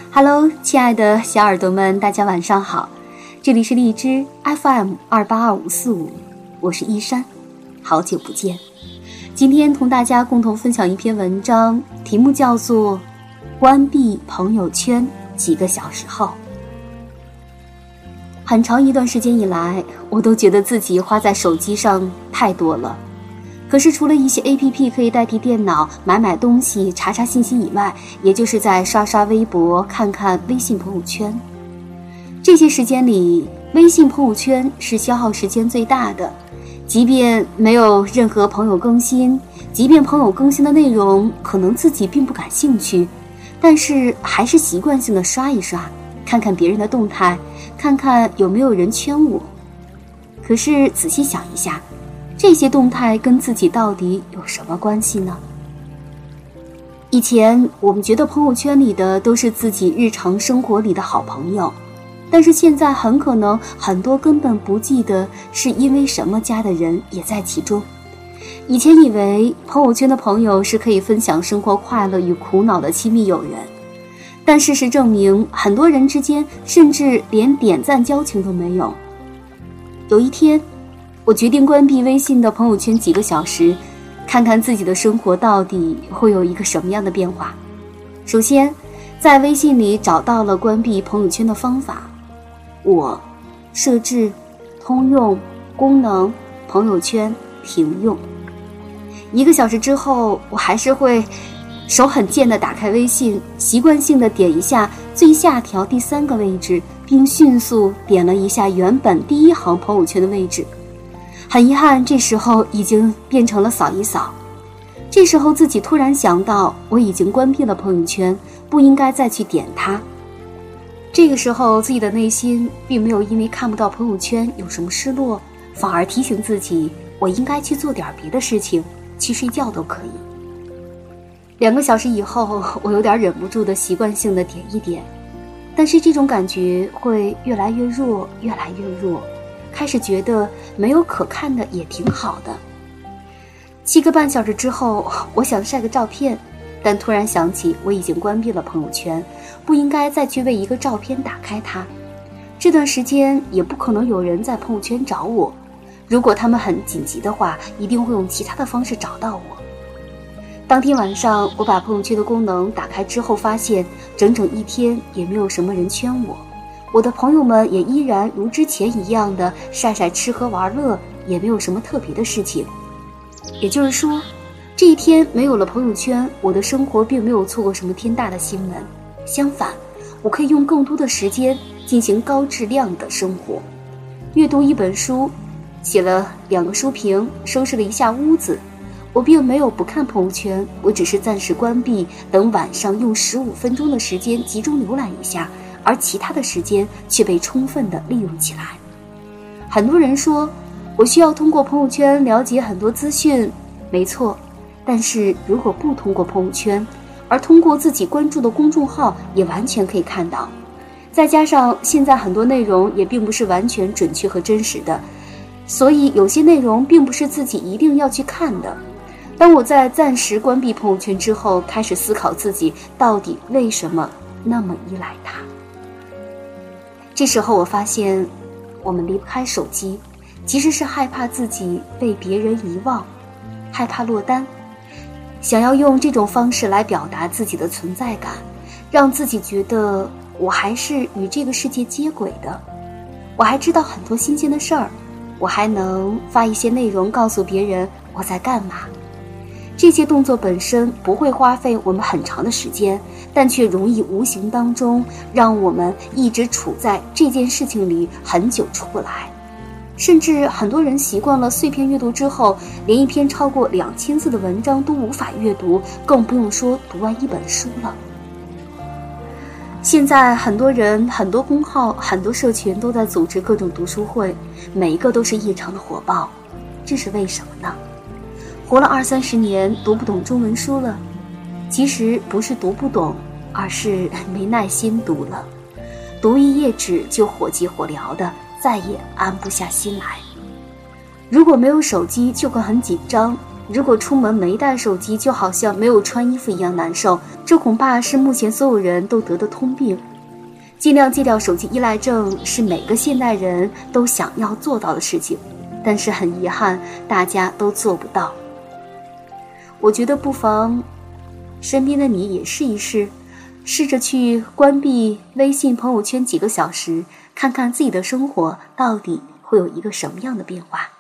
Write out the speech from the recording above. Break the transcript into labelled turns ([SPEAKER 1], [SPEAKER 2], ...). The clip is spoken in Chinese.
[SPEAKER 1] Hello， 亲爱的小耳朵们，大家晚上好，这里是荔枝 FM282545，我是依珊，好久不见。今天同大家共同分享一篇文章，题目叫做《关闭朋友圈几个小时后》。很长一段时间以来，我都觉得自己花在手机上太多了。可是除了一些 APP 可以代替电脑买东西、查信息以外，也就是在刷微博、看微信朋友圈。这些时间里，微信朋友圈是消耗时间最大的。即便没有任何朋友更新，即便朋友更新的内容可能自己并不感兴趣，但是还是习惯性的刷一刷，看看别人的动态，看看有没有人圈我。可是仔细想一下，这些动态跟自己到底有什么关系呢？以前我们觉得朋友圈里的都是自己日常生活里的好朋友，但是现在很可能很多根本不记得是因为什么加的人也在其中。以前以为朋友圈的朋友是可以分享生活快乐与苦恼的亲密友人，但事实证明，很多人之间甚至连点赞交情都没有。有一天，我决定关闭微信的朋友圈几个小时，看看自己的生活到底会有一个什么样的变化。首先，在微信里找到了关闭朋友圈的方法，我设置通用功能朋友圈停用。1个小时之后，我还是会手很贱地打开微信，习惯性地点一下最下条第3个位置，并迅速点了一下原本第1行朋友圈的位置。很遗憾，这时候已经变成了扫一扫。这时候自己突然想到，我已经关闭了朋友圈，不应该再去点它。这个时候自己的内心并没有因为看不到朋友圈有什么失落，反而提醒自己，我应该去做点别的事情，去睡觉都可以。2个小时以后，我有点忍不住的习惯性的点一点，但是这种感觉会越来越弱，越来越弱，开始觉得没有可看的也挺好的。7个半小时之后，我想晒个照片，但突然想起我已经关闭了朋友圈，不应该再去为一个照片打开它。这段时间也不可能有人在朋友圈找我，如果他们很紧急的话，一定会用其他的方式找到我。当天晚上，我把朋友圈的功能打开之后，发现整整1天也没有什么人圈我。我的朋友们也依然如之前一样的晒吃喝玩乐，也没有什么特别的事情。也就是说，这一天没有了朋友圈，我的生活并没有错过什么天大的新闻。相反，我可以用更多的时间进行高质量的生活，阅读1本书，写了2个书评，收拾了一下屋子。我并没有不看朋友圈，我只是暂时关闭，等晚上用15分钟的时间集中浏览一下，而其他的时间却被充分的利用起来。很多人说，我需要通过朋友圈了解很多资讯，没错，但是如果不通过朋友圈，而通过自己关注的公众号，也完全可以看到。再加上现在很多内容也并不是完全准确和真实的，所以有些内容并不是自己一定要去看的。当我在暂时关闭朋友圈之后，开始思考自己到底为什么那么依赖它。这时候我发现，我们离不开手机，其实是害怕自己被别人遗忘，害怕落单，想要用这种方式来表达自己的存在感，让自己觉得我还是与这个世界接轨的，我还知道很多新鲜的事儿，我还能发一些内容告诉别人我在干嘛。这些动作本身不会花费我们很长的时间，但却容易无形当中让我们一直处在这件事情里很久出不来。甚至很多人习惯了碎片阅读之后，连一篇超过2000字的文章都无法阅读，更不用说读完1本书了。现在很多人、很多公号、很多社群都在组织各种读书会，每一个都是异常的火爆，这是为什么呢？活了20-30年，读不懂中文书了。其实不是读不懂，而是没耐心读了。读1页纸就火急火燎的，再也安不下心来。如果没有手机就会很紧张， 如果出门没带手机，就好像没有穿衣服一样难受，这恐怕是目前所有人都得的通病。尽量戒掉手机依赖症是每个现代人都想要做到的事情，但是很遗憾，大家都做不到。我觉得不妨身边的你也试一试，试着去关闭微信朋友圈几个小时，看看自己的生活到底会有一个什么样的变化。